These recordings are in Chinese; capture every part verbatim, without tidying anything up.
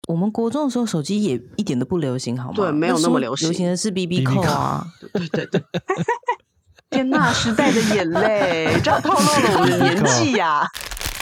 我们国中的时候手机也一点都不流行好吗？ 对，没有那么流行， 流行的是 B B 扣啊。 对对对。天哪，时代的眼泪，这样透露了我的年纪呀、啊！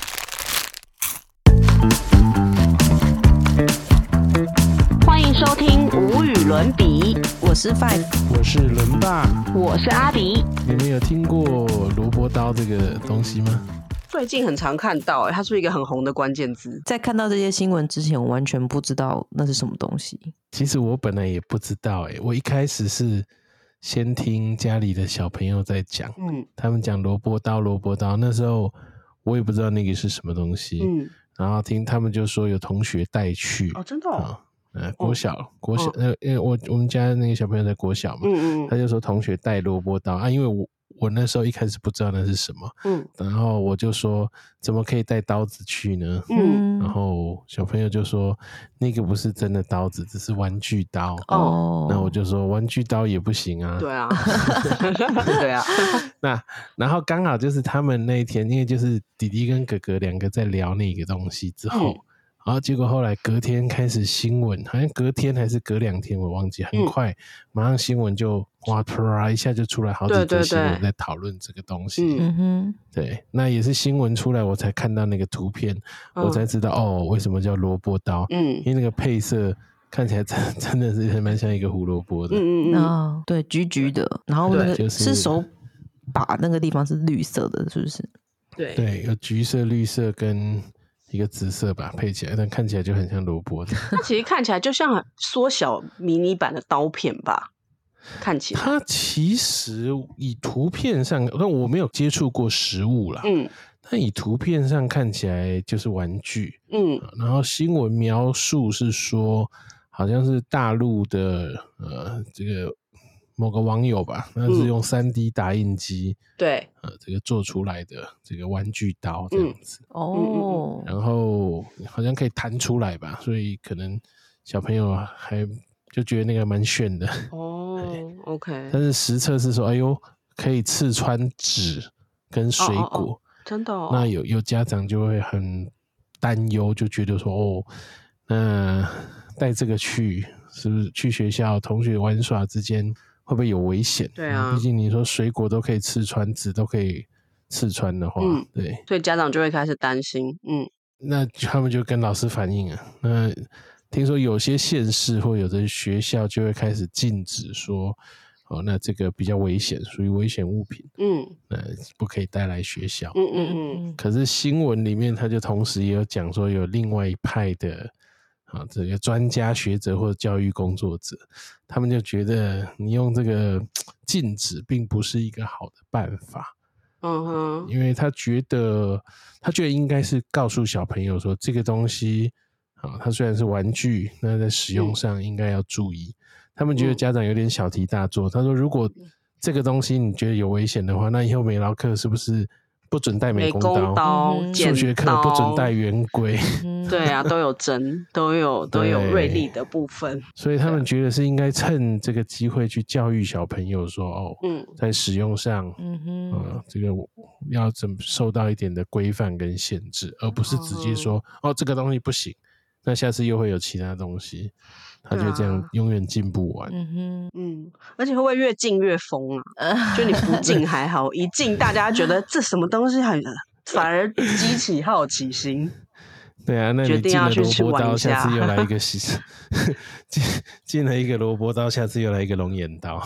欢迎收听无与伦比， 我是 Five， 我是伦爸， 我是阿迪。 你们有听过萝卜刀这个东西吗？ 最近很常看到、欸，它是一个很红的关键字。 在看到这些新闻之前，我完全不知道那是什么东西。 其实我本来也不知道、欸，我一开始是先听家里的小朋友在讲，嗯，他们讲萝卜刀，萝卜刀，那时候我也不知道那个是什么东西，嗯，然后听他们就说有同学带去， 哦，真的哦。 呃，国小，哦、国小，呃、哦，因为我我们家那个小朋友在国小嘛，嗯嗯，他就说同学带萝卜刀啊，因为我我那时候一开始不知道那是什么，嗯，然后我就说怎么可以带刀子去呢？嗯，然后小朋友就说那个不是真的刀子，只是玩具刀。哦，那我就说玩具刀也不行啊。 对啊，对啊。 那然后刚好就是他们那一天，因为就是弟弟跟哥哥两个在聊那个东西之后。嗯，然后结果后来隔天开始新闻，好像隔天还是隔两天我忘记，很快、嗯、马上新闻就哇啪一下就出来好几则新闻在讨论这个东西。嗯哼，对，那也是新闻出来我才看到那个图片，嗯、我才知道哦为什么叫萝卜刀。嗯，因为那个配色看起来真真的是蛮像一个胡萝卜的。 嗯嗯嗯，对，橘橘的，然后那个、就是、是手把那个地方是绿色的，是不是？ 对对，有橘色、绿色跟一个紫色吧配起来，但看起来就很像萝卜的。 它其实看起来就像缩小迷你版的刀片吧，看起来。 它其实以图片上，但我没有接触过实物啦。嗯，但以图片上看起来就是玩具。嗯，然后新闻描述是说，好像是大陆的呃这个某个网友吧，那是用 三 D 打印机、嗯、 对呃这个做出来的这个玩具刀这样子。 嗯、哦， 然后好像可以弹出来吧，所以可能小朋友还就觉得那个蛮炫的。 哦 ，OK。 但是实测是说，哎呦，可以刺穿纸跟水果，哦哦哦真的哦。 那有有家长就会很担忧，就觉得说，哦，那带这个去，是不是去学校同学玩耍之间会不会有危险？ 对啊， 毕竟你说水果都可以刺穿，纸都可以刺穿的话，嗯，对， 所以家长就会开始担心，嗯， 那他们就跟老师反映啊。那听说有些县市或有的学校就会开始禁止说，哦，那这个比较危险，属于危险物品，嗯，那不可以带来学校，嗯嗯嗯。可是新闻里面他就同时也有讲说，有另外一派的啊，这个专家学者或者教育工作者，他们就觉得你用这个禁止并不是一个好的办法。嗯哼，因为他觉得他觉得应该是告诉小朋友说，这个东西啊，它虽然是玩具，那在使用上应该要注意。嗯、他们觉得家长有点小题大做。他说，如果这个东西你觉得有危险的话，那以后美劳课是不是不准带美工刀？数学课不准带圆规？ 对啊，都有针，都有都有锐利的部分。 所以他们觉得是应该趁这个机会去教育小朋友说，哦，嗯、在使用上，嗯哼，呃，这个要怎么受到一点的规范跟限制，而不是直接说，哦，这个东西不行，那下次又会有其他东西。他就这样永远进不完。 嗯哼，嗯，而且会不会越禁越疯啊？就你不禁还好，一禁大家觉得这什么东西很，反而激起好奇心。 对啊，那你进了萝卜刀，下次又来一个进进了一个萝卜刀，下次又来一个龙眼刀。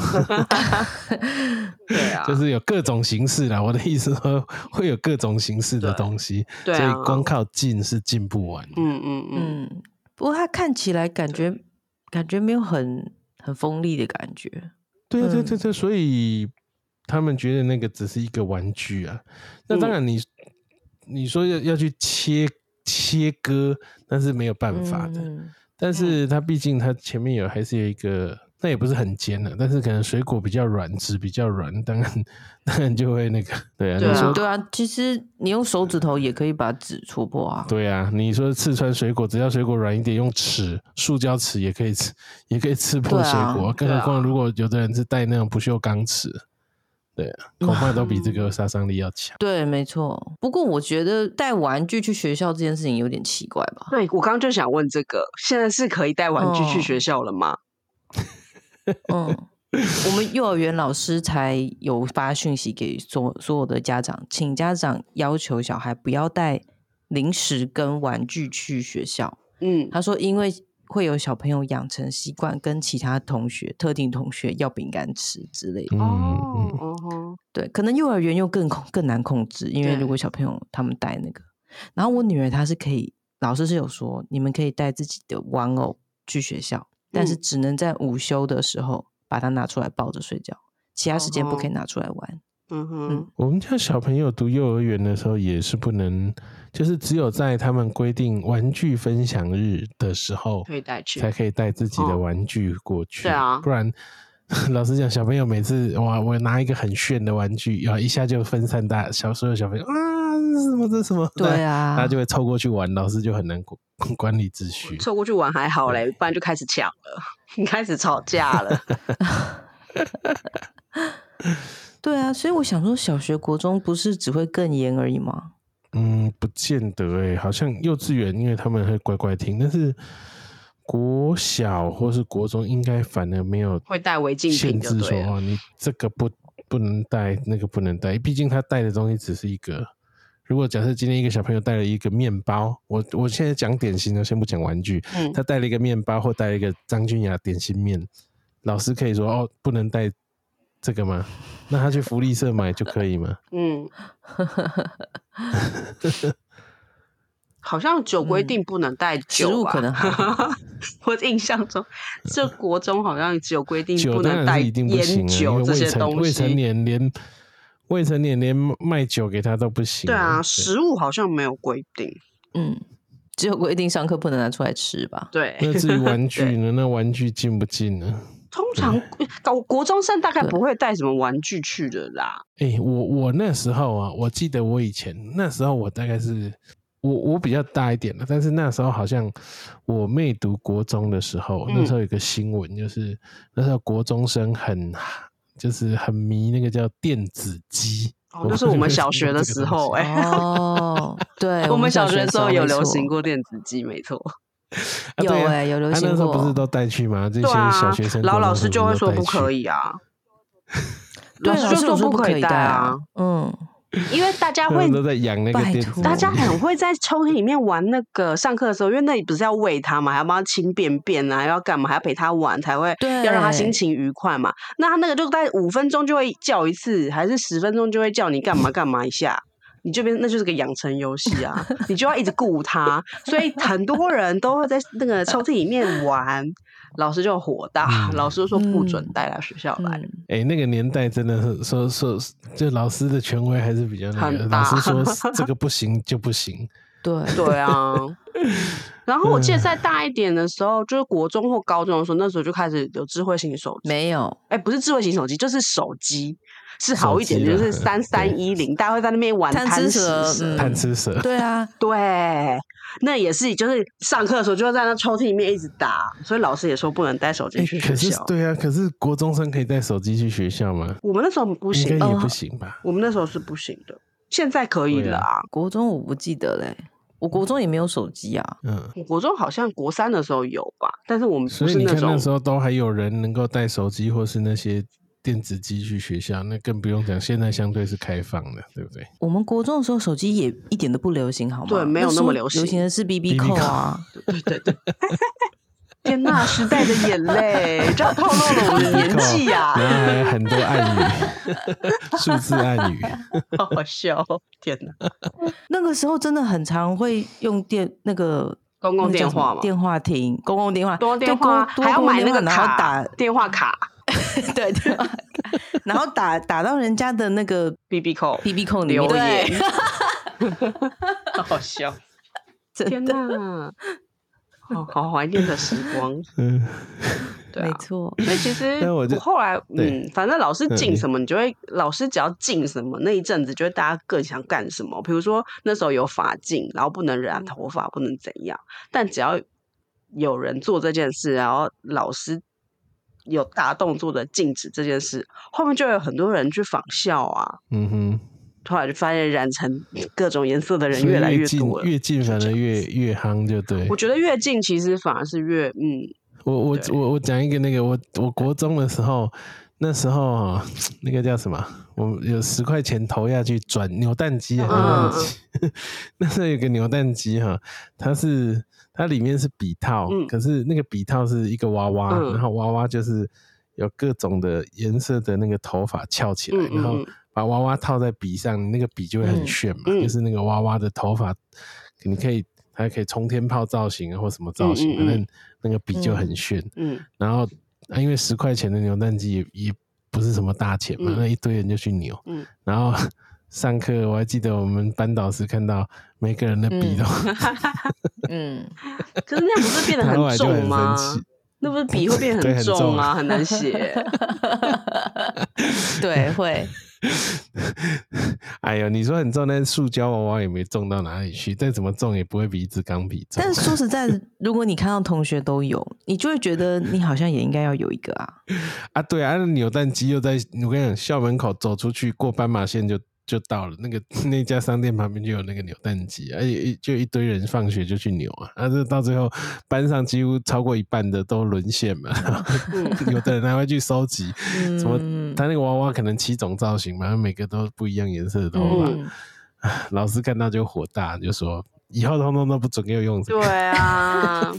对啊， 就是有各种形式啦。我的意思说，会有各种形式的东西， 对， 所以光靠进是进不完的。 嗯嗯嗯。不过它看起来感觉感觉没有很很锋利的感觉。 对对对对，嗯、所以他们觉得那个只是一个玩具啊。那当然你，你、嗯、你说要要去切切割，那是没有办法的。嗯、但是它毕竟它前面有还是有一个，那也不是很尖的，但是可能水果比较软，纸比较软，当然当然就会那个，对啊， 对啊， 你说对啊，其实你用手指头也可以把纸戳破啊。 对啊，你说刺穿水果，只要水果软一点，用尺、塑胶尺也可以刺，也可以刺破水果。啊、更何况如果有的人是带那种不锈钢尺， 对啊，恐怕都比这个杀伤力要强。 对，没错。不过我觉得带玩具去学校这件事情有点奇怪吧？ 对，我刚刚就想问这个，现在是可以带玩具去学校了吗？ 嗯，我们幼儿园老师才有发讯息给所所有的家长，请家长要求小孩不要带零食跟玩具去学校。嗯，他说因为会有小朋友养成习惯跟其他同学特定同学要饼干吃之类的。 哦、嗯， 对，可能幼儿园又更更难控制，因为如果小朋友他们带那个，然后我女儿她是可以，老师是有说你们可以带自己的玩偶去学校，但是只能在午休的时候把它拿出来抱着睡觉，其他时间不可以拿出来玩。 嗯哼， 我们家小朋友读幼儿园的时候也是不能，就是只有在他们规定玩具分享日的时候可以带去， 才可以带自己的玩具过去。 对啊， 不然老实讲，小朋友每次哇，我拿一个很炫的玩具，一下就分散大小所有小朋友啊，这什么这什么， 对啊， 他就会凑过去玩，老师就很难管理秩序。 凑过去玩还好嘞，不然就开始抢了，你开始吵架了。 对啊，所以我想说，小学、国中不是只会更严而已吗？ 嗯，不见得诶，好像幼稚园因为他们会乖乖听，但是国小或是国中应该反而没有会带违禁限品制说哦，你这个不不能带，那个不能带，毕竟他带的东西只是一个。如果假设今天一个小朋友带了一个面包，我我现在讲点心呢，先不讲玩具，嗯、他带了一个面包或带了一个张君雅点心面，老师可以说哦，不能带这个吗？那他去福利社买就可以吗？ 嗯，好像酒规定不能带酒吧？ 可能还好我印象中，这国中好像只有规定不能带烟酒这些东西。 未成年连未成年连卖酒给他都不行。 对啊，食物好像没有规定。 嗯，只有规定上课不能拿出来吃吧？ 对。 那至于玩具呢？那玩具进不进呢？ 通常搞国中生大概不会带什么玩具去的啦。 哎、欸，我我那时候啊，我记得我以前那时候我大概是我我比较大一点了，但是那时候好像我妹读国中的时候，嗯、那时候有个新闻，就是那时候国中生很就是很迷那个叫电子鸡。 哦，就是我们小学的时候、欸，哎， 哦，对， 我们小学的时候有流行过电子鸡，没错。 有哎、欸，有流行过。 他那时候不是都带去吗？这些小学生， 然后老师就会说不可以啊。 对， 老师就说不可以带啊。 嗯， 因为大家会都在养那个电子， 大家很会在抽屉里面玩那个上课的时候，因为那里不是要喂他嘛，还要帮他清便便啊，要干嘛，还要陪他玩，才会要让他心情愉快嘛。那他那个就大概五分钟就会叫一次，还是十分钟就会叫你干嘛干嘛一下。你这边那就是个养成游戏啊，你就要一直顾他，所以很多人都会在那个抽屉里面玩，老师就火大，嗯、老师就说不准带来学校来。 哎、嗯欸，那个年代真的是说说，就老师的权威还是比较那个，老师说这个不行就不行。 对对啊。然后我记得再大一点的时候，就是国中或高中的时候，那时候就开始有智慧型手机。 没有， 哎、欸，不是智慧型手机，就是手机。是好一点，就是三三一零，大家会在那边玩贪吃蛇， 贪吃蛇， 对啊， 对，那也是，就是上课的时候就会在那抽屉里面一直打，所以老师也说不能带手机去学校。 欸、可是对啊，可是国中生可以带手机去学校吗？ 我们那时候不行， 应该也不行吧？ 我们那时候是不行的，现在可以了啊。 国中我不记得嘞，我国中也没有手机啊。 嗯，我国中好像国三的时候有吧，但是我们不是那种。 所以你看那时候都还有人能够带手机或是那些电子机去学校，那更不用讲，现在相对是开放的，对不对？ 我们国中的时候手机也一点都不流行，好吗？ 对，没有那么流行， 流行的是 B B 扣啊。 对对对。天哪，时代的眼泪，这样透露了我的年纪呀！ 然后还有很多暗语，数字暗语， 好好笑！天哪， 那个时候真的很常会用电那个公共电话嘛， 电话亭、公共电话、 公共电话，还要买那个卡， 然后打电话卡， 对电话卡，然后打打到人家的那个 B B 扣 B B 扣里面， 留言，好好笑！天哪！好好怀念的时光，嗯，对、啊， 没错。 所以其实我后来，嗯，反正老师禁什么，你就会，老师只要禁什么，那一阵子就会大家更想干什么。比如说那时候有发禁，然后不能染头发，不能怎样，但只要有人做这件事，然后老师有大动作的禁止这件事，后面就有很多人去仿效啊。嗯哼，后来就发现染成各种颜色的人越来越多了， 越近反而越越夯，就对。 我觉得越近其实反而是越嗯。 我我我我讲一个那个，我我国中的时候，那时候啊，那个叫什么？我有十块钱投下去转扭蛋机，还忘记。那时候有个扭蛋机哈，它是它里面是笔套，嗯、可是那个笔套是一个娃娃，嗯、然后娃娃就是有各种的颜色的那个头发翘起来，嗯、然后把娃娃套在笔上，那个笔就会很炫嘛，嗯、就是那个娃娃的头发，你可以。它可以冲天炮造型或什么造型，反正、嗯嗯、那个笔就很炫。嗯，然后、啊、因为十块钱的扭蛋机 也, 也不是什么大钱嘛，嗯、那一堆人就去扭。嗯，然后上课我还记得我们班导师看到每个人的笔都， 嗯，可是那样不是变得很重吗？那不是笔会变很重啊，很难写。 对，会。 哎呦，你说很重，但是塑胶娃娃也没重到哪里去，再怎么重也不会比一支钢笔重。 但是说实在的，如果你看到同学都有，你就会觉得你好像也应该要有一个啊。 啊，对啊，扭蛋机又在我跟你讲，校门口走出去过斑马线就就到了，那个那家商店旁边就有那个扭蛋机，而且就一堆人放学就去扭啊，啊，这到最后班上几乎超过一半的都沦陷嘛，有的人还会去收集，嗯、什么他那个娃娃可能七种造型嘛，每个都不一样颜色的头发，嗯、老师看到就火大，就说以后通通都不准给我用这个。 对啊。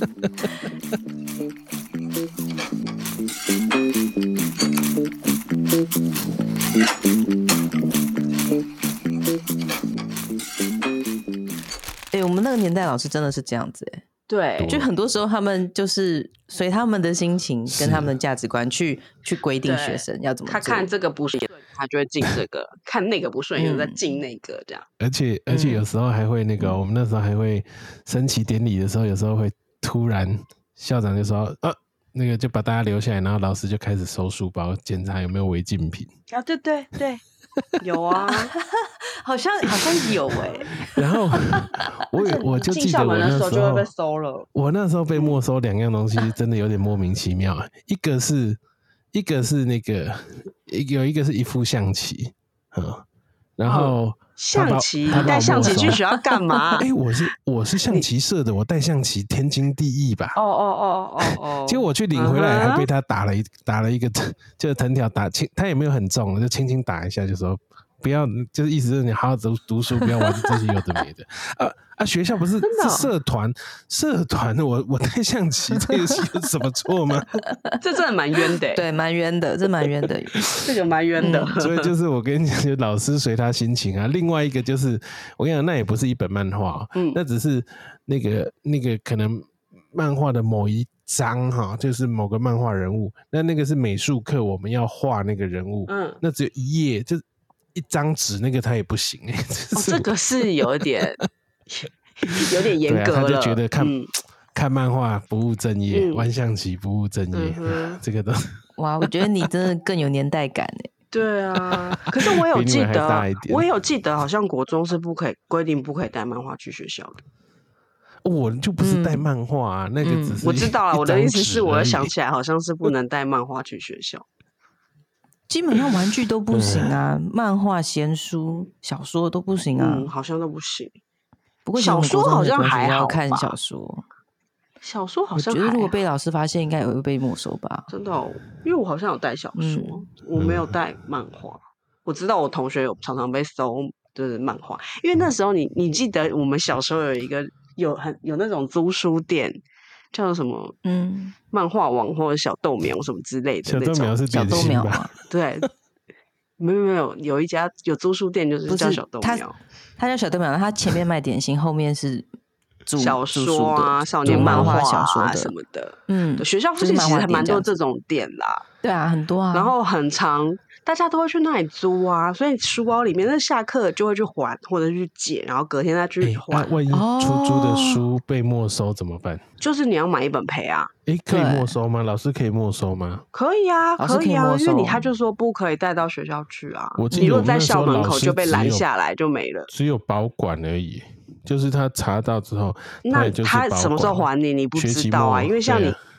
哎、欸，我们那个年代老师真的是这样子哎、欸， 对， 就很多时候他们就是随他们的心情跟他们的价值观去去规定学生要怎么做。 他看这个不顺眼，他就会进这个；看那个不顺眼，再进那个，这样。 而且而且有时候还会那个，嗯、我们那时候还会升旗典礼的时候，有时候会突然校长就说啊。那个就把大家留下来，然后老师就开始收书包，检查有没有违禁品。 啊，对对对，有啊， 好像好像有哎、欸。 然后我我就记得我那时候就会被收了。 我那时候被没收两样东西，真的有点莫名其妙。一个是一个是那个有一个是一副象棋，嗯，然后。嗯象棋，你带象棋去学校干嘛？ 哎、欸，我是我是象棋社的，我带象棋天经地义吧？ 哦哦哦哦哦！ 结果我去领回来，还被他打了一打了一个，就是藤条打轻，他也没有很重，就轻轻打一下，就说不要，就是意思是你好好读读书，不要玩这些有的没的。啊啊！学校不是是社团，社团我我带象棋，这个是有什么错吗？ 这真的蛮冤的、欸， 对，蛮冤的，这蛮冤的， 这个蛮冤的、 嗯。所以就是我跟你讲，就老师随他心情啊。另外一个就是我跟你讲，那也不是一本漫画，嗯，那只是那个那个可能漫画的某一章哈，就是某个漫画人物。那那个是美术课，我们要画那个人物，嗯，那只有一页，就一张纸，那个他也不行哎、欸。 哦，这个是有点。有点严格了， 啊、他就觉得看、嗯、看漫画不务正业，嗯、玩象棋不务正业，嗯、这个都哇，我觉得你真的更有年代感哎。 对啊，可是我有记得，我有记得，好像国中是不可以规定不可以带漫画去学校的。 我就不是带漫画啊，嗯、那个只是、 嗯、我知道了。我的意思是，我想起来好像是不能带漫画去学校。 基本上玩具都不行啊，漫画、闲书、小说都不行啊， 嗯、好像都不行。 不过小说好像还好吧， 看小说， 小说好像我觉得如果被老师发现，应该也会被没收吧。 真的、哦，因为我好像有带小说，嗯、我没有带漫画。我知道我同学有常常被收，就是漫画，因为那时候你你记得我们小时候有一个有很有那种租书店，叫做什么嗯漫画网或者小豆苗什么之类的那种。 小豆苗是点心吧？ 对。没有没有，有一家有租书店，就是叫小豆苗， 他叫小豆苗，他前面卖点心，后面是小说啊、少年漫画、小说什么的。嗯，学校附近其实还蛮多这种店啦。 对啊，很多啊。 然后很常大家都会去那里租啊，所以书包里面那下课就会去还或者去借，然后隔天再去还。 欸、万一出租的书被没收怎么办？ 就是你要买一本赔啊。 哎、欸，可以没收吗？老师可以没收吗？ 可以啊，可以啊，因为你他就说不可以带到学校去啊。 我你如果在校门口就被拦下来就没了， 只有保管而已。就是他查到之后， 那他他什么时候还你？你不知道啊，因为像你。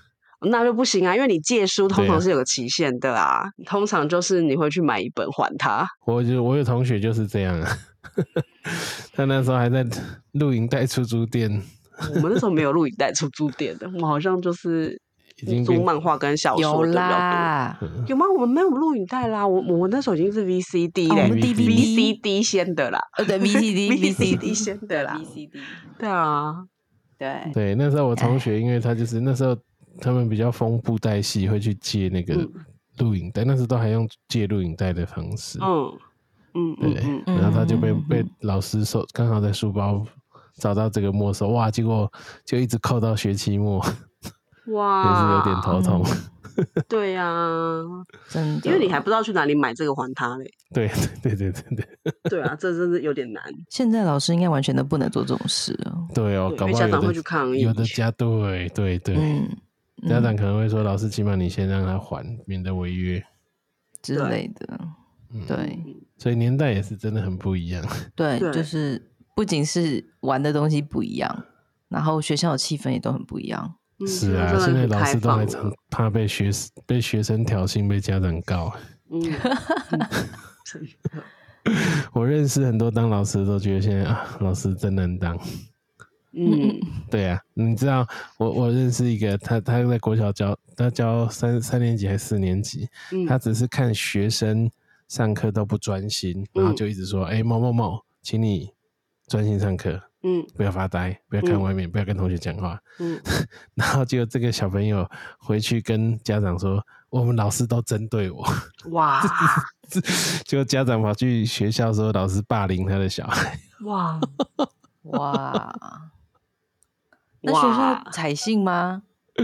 那就不行啊，因为你借书通常是有个期限的啊，啊通常就是你会去买一本还他。 我就我有同学就是这样啊，他那时候还在录影带出租店。 我们那时候没有录影带出租店的，我们好像就是租漫画跟小说的比较多。有啦，有吗？我们没有录影带啦，我我那时候已经是 V C D 嘞、 哦、，D V D V C D 先的啦， 呃，对 ，V C D，V C D 先的啦 ，V C D， 对啊， 对对，那时候我同学，因为他就是那时候他们比较疯布袋戏，会去借那个录影带，那时候都还用借录影带的方式，嗯嗯对，嗯嗯然后他就被、嗯、被老师收，刚好在书包找到这个没收，哇，结果就一直扣到学期末，哇，也是有点头痛。 对呀、啊， 真的， 因为你还不知道去哪里买这个还他嘞。 对对对对对对啊，这真的有点难。 现在老师应该完全都不能做这种事了。 对哦，搞不好家长会去抗议。 有的家对对对，嗯，家长可能会说：“老师，起码你先让他还，免得违约之类的。”对， 所以年代也是真的很不一样。 对，就是不仅是玩的东西不一样，然后学校的气氛也都很不一样。 是啊，嗯、现在老师都还常怕被学被学生挑衅，被家长告。嗯，我认识很多当老师的都觉得现在啊，老师真难当。嗯，对啊，你知道我我认识一个，他他在国小教，他教三三年级还是四年级，嗯、他只是看学生上课都不专心，然后就一直说：“哎、嗯欸，某某某，请你专心上课。”嗯，不要发呆，不要看外面，嗯、不要跟同学讲话。嗯，然后结果这个小朋友回去跟家长说：“我们老师都针对我。”哇！结果家长跑去学校说老师霸凌他的小孩。哇哇！那学校采信吗？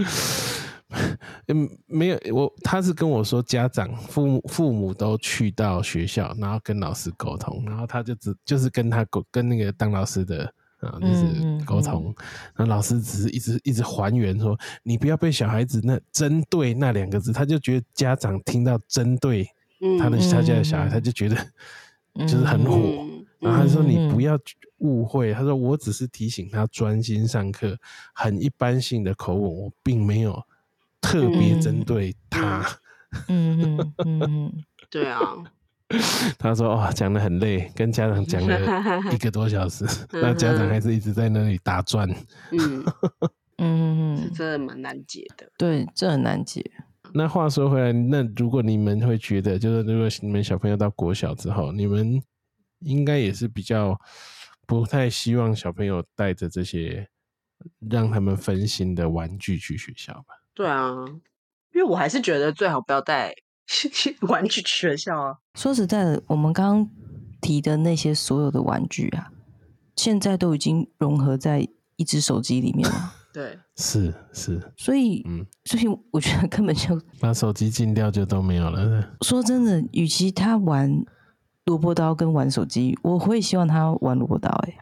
嗯，没有，我他是跟我说，家长父母父母都去到学校，然后跟老师沟通，然后他就只就是跟他跟那个当老师的。啊，就是沟通，嗯嗯嗯然后老师只是一直一直还原说，你不要被小孩子那针对那两个字，他就觉得家长听到针对他的、嗯、他家的小孩，他就觉得就是很火，嗯、然后他说你不要误会，他说我只是提醒他专心上课，很一般性的口吻，我并没有特别针对他。 嗯嗯嗯嗯， 对啊。 他说：“哦，讲得很累，跟家长讲了一个多小时，那家长还是一直在那里打转。嗯嗯，是真的蛮难解的。 对，这很难解。 那话说回来，那如果你们会觉得，就是如果你们小朋友到国小之后，你们应该也是比较不太希望小朋友带着这些让他们分心的玩具去学校吧？ 对啊，因为我还是觉得最好不要带。”玩具学校啊， 说实在的，我们刚刚提的那些所有的玩具啊，现在都已经融合在一只手机里面了。 对， 是是， 所以，嗯，所以我觉得根本就把手机禁掉就都没有了。 说真的，与其他玩萝卜刀跟玩手机，我会希望他玩萝卜刀、欸。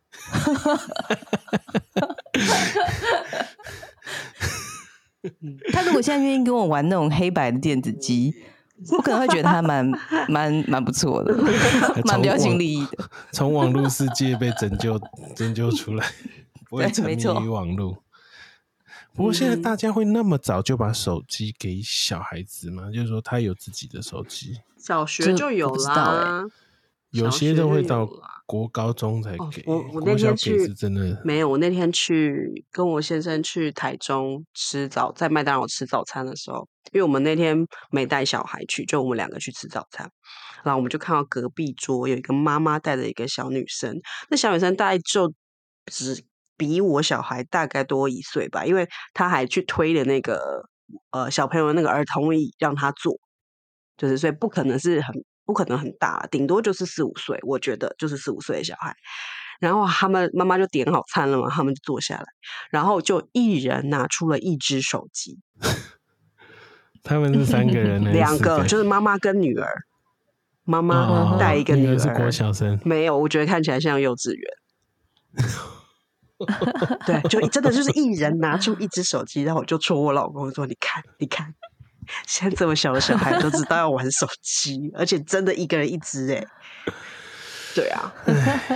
他如果现在愿意跟我玩那种黑白的电子机，我可能会觉得他蛮蛮蛮不错的，蛮标新立异的。 从网络世界被拯救拯救出来，不会沉迷于网络。不过现在大家会那么早就把手机给小孩子吗？就是说他有自己的手机， 小学就有啦， 有些都会到国高中才给。 哦、我我那天去是真的没有，我那天去跟我先生去台中吃早，在麦当劳吃早餐的时候，因为我们那天没带小孩去，就我们两个去吃早餐，然后我们就看到隔壁桌有一个妈妈带着一个小女生，那小女生大概就只比我小孩大概多一岁吧，因为她还去推了那个呃小朋友的那个儿童椅让她坐，就是所以不可能是很。不可能很大，顶多就是四五岁，我觉得就是四五岁的小孩。然后他们妈妈就点好餐了嘛，他们就坐下来，然后就一人拿出了一只手机。 他们是三个人， 两个就是妈妈跟女儿，妈妈带一个女儿， 女儿是国小生， 没有，我觉得看起来像幼稚园。对，就真的就是一人拿出一只手机，然后我就戳我老公说：“你看，你看。”现在这么小的小孩都知道要玩手机，而且真的一个人一只哎、欸，对啊。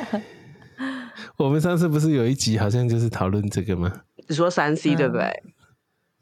我们上次不是有一集好像就是讨论这个吗？ 你说三 C 对不对？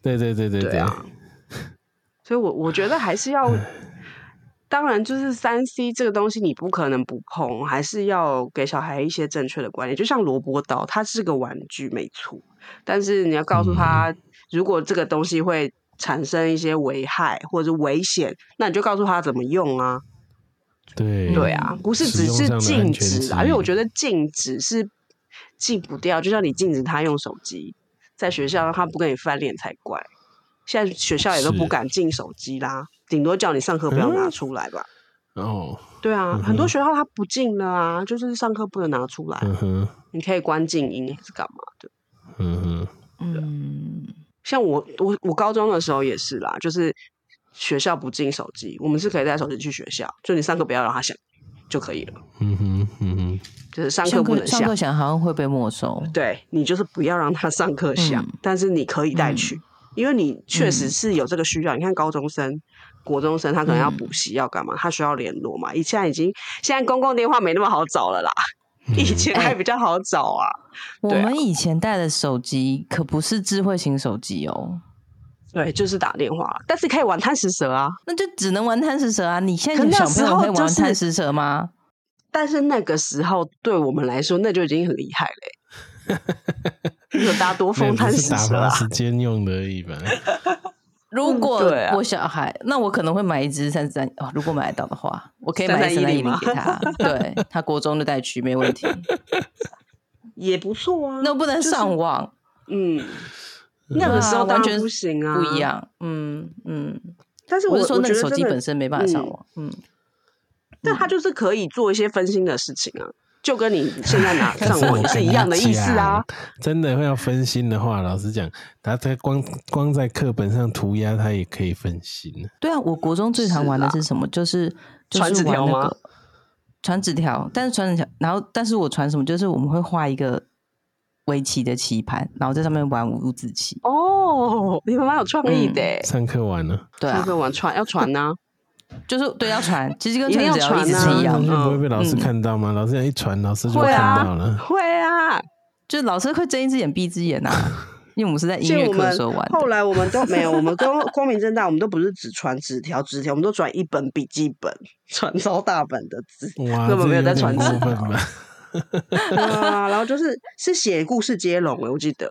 对对对对对， 对啊，所以我我觉得还是要，当然就是三 C 这个东西你不可能不碰，还是要给小孩一些正确的观念。就像萝卜刀，它是个玩具没错，但是你要告诉他，嗯、如果这个东西会产生一些危害或者危险，那你就告诉他怎么用啊。 对对啊，不是只是禁止啦，因为我觉得禁止是禁不掉，就像你禁止他用手机，在学校他不跟你翻脸才怪。现在学校也都不敢禁手机啦，顶多叫你上课不要拿出来吧。 嗯、哦， 对啊、嗯，很多学校他不禁了啊，就是上课不能拿出来，嗯、你可以关静音还是干嘛的。嗯哼，嗯，像我我我高中的时候也是啦，就是学校不禁手机，我们是可以带手机去学校，就你上课不要让他响就可以了。嗯哼，嗯哼，就是上课不能响， 上课响好像会被没收。 对，你就是不要让他上课响，嗯、但是你可以带去。嗯，因为你确实是有这个需要，嗯、你看高中生、国中生，他可能要补习要干嘛，他需要联络嘛。现在已经现在公共电话没那么好找了啦，嗯、以前还比较好找啊。 欸、我们以前带的手机可不是智慧型手机哦， 对，就是打电话，但是可以玩贪食蛇啊。 那就只能玩贪食蛇啊！你现在小朋友可以玩贪食蛇吗？ 但是那个时候对我们来说，那就已经很厉害了、欸。有大多风贪食蛇啊， 时间用的而已吧。 如果我小孩，嗯啊、那我可能会买一支三三哦。如果买得到的话，我可以买三三一零给他，对他国中就带去没问题， 也不错啊。 那不能上网， 就是、嗯，那个时候完全不行啊， 不一样，嗯嗯。 但是我是说那个手机本身没办法上网，嗯。嗯但他就是可以做一些分心的事情啊，就跟你现在拿上网也是一样的意思啊。 真的会要分心的话，老实讲，他在光光在课本上涂鸦，他也可以分心。 对啊，我国中最常玩的是什么？就是传纸条吗？ 传纸条，但是传纸条，然后但是我传什么？就是我们会画一个围棋的棋盘，然后在上面玩五子棋。 哦，你们蛮有创意的、 嗯。上课玩呢？ 对啊， 上课玩传要传呢、啊。 就是对要传，其实跟传纸条一直是一样的， 不会被老师看到吗？嗯、老师一传，老师就看到了。 会啊， 就是老师会睁一只眼闭一只眼啊，因为我们是在音乐课的时候玩的。 后来我们都没有，我们光光明正大，我们都不是只传纸条，纸条我们都转一本笔记本，传超大本的字，根本没有在传纸条。啊，然后就是是写故事接龙，我记得。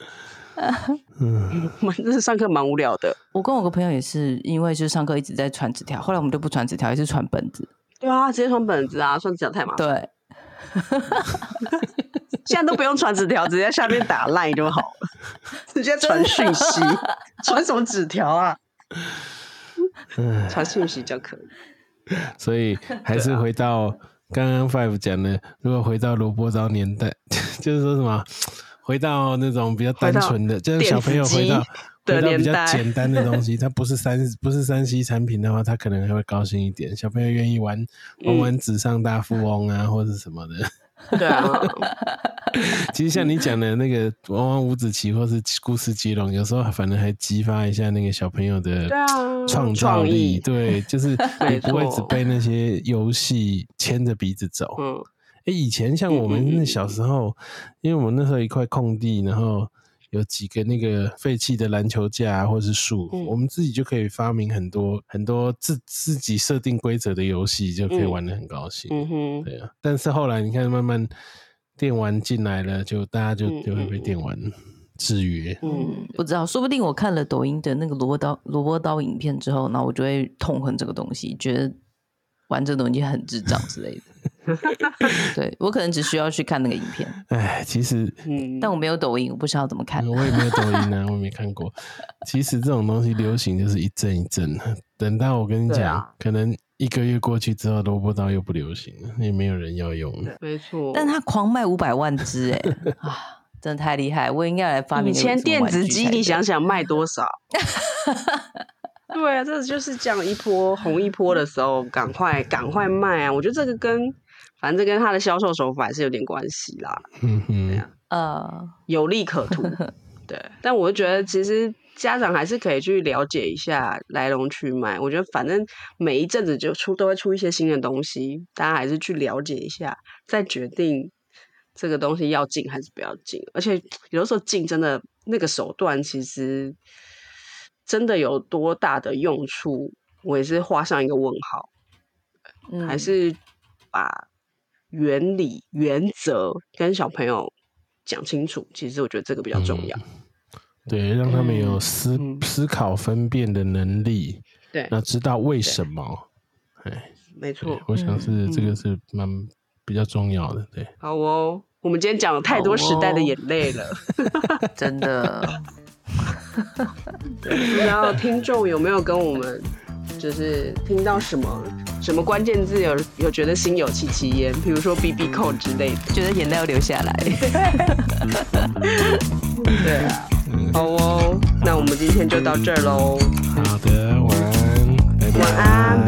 嗯，我们这是上课蛮无聊的。 我跟我个朋友也是，因为就是上课一直在传纸条，后来我们就不传纸条，也是传本子。 对啊，直接传本子啊，传纸条太麻烦。 对， 现在都不用传纸条，直接下面打 line 就好了，直接传讯息，传什么纸条啊？传讯息就可以。 所以还是回到刚刚 Five 讲的，如果回到萝卜刀年代，就是说什么？回到那种比较单纯的，就是小朋友回到回到比较简单的东西，他不是三不是三 C 产品的话，他可能还会高兴一点。小朋友愿意玩玩玩纸上大富翁啊，嗯、或者什么的。 对啊， 其实像你讲的那个玩玩五子棋或是故事接龙，有时候反而还激发一下那个小朋友的创造力。对，就是你不会只被那些游戏牵着鼻子走。嗯。哎、欸，以前像我们那小时候，嗯嗯嗯因为我们那时候一块空地，然后有几个那个废弃的篮球架、啊、或是树、嗯，我们自己就可以发明很多很多自自己设定规则的游戏，就可以玩得很高兴。嗯哼，对啊。但是后来你看，慢慢电玩进来了，就大家就就会被电玩制约。 嗯，不知道，说不定我看了抖音的那个萝卜刀萝卜刀影片之后，然后我就会痛恨这个东西，觉得玩这个东西很智障之类的。对，我可能只需要去看那个影片。 哎，其实， 嗯，但我没有抖音，我不知道怎么看。 我也没有抖音啊，我没看过。其实这种东西流行就是一阵一阵，等到我跟你讲、啊，可能一个月过去之后，萝卜刀又不流行了，也没有人要用了。 没错， 但他狂卖五百万只，哎啊，真的太厉害！我应该来发明。以前电子机，你想想卖多少？对啊，这就是这样一波红一波的时候，赶快赶快卖啊！我觉得这个跟反正跟他的销售手法还是有点关系啦。嗯哼，对啊，呃，有利可图。对，但我就觉得其实家长还是可以去了解一下来龙去脉。我觉得反正每一阵子就出都会出一些新的东西，大家还是去了解一下，再决定这个东西要进还是不要进。而且有的时候进真的那个手段其实。 真的有多大的用处，我也是画上一个问号。嗯、还是把原理、原则跟小朋友讲清楚，其实我觉得这个比较重要。 嗯、对，让他们有思、嗯、思考分辨的能力， 对， 那知道为什么。哎， 没错， 我想是、嗯、这个是蛮比较重要的。对， 好哦，我们今天讲了太多时代的眼泪了， 哦、真的。 不知道听众有没有跟我们就是听到什么什么关键字有有觉得心有戚戚焉，比如说 B B 扣之类的， 觉得眼泪要流下来。 对啊，好哦，那我们今天就到这儿喽。 好的，晚安，拜拜。 晚安。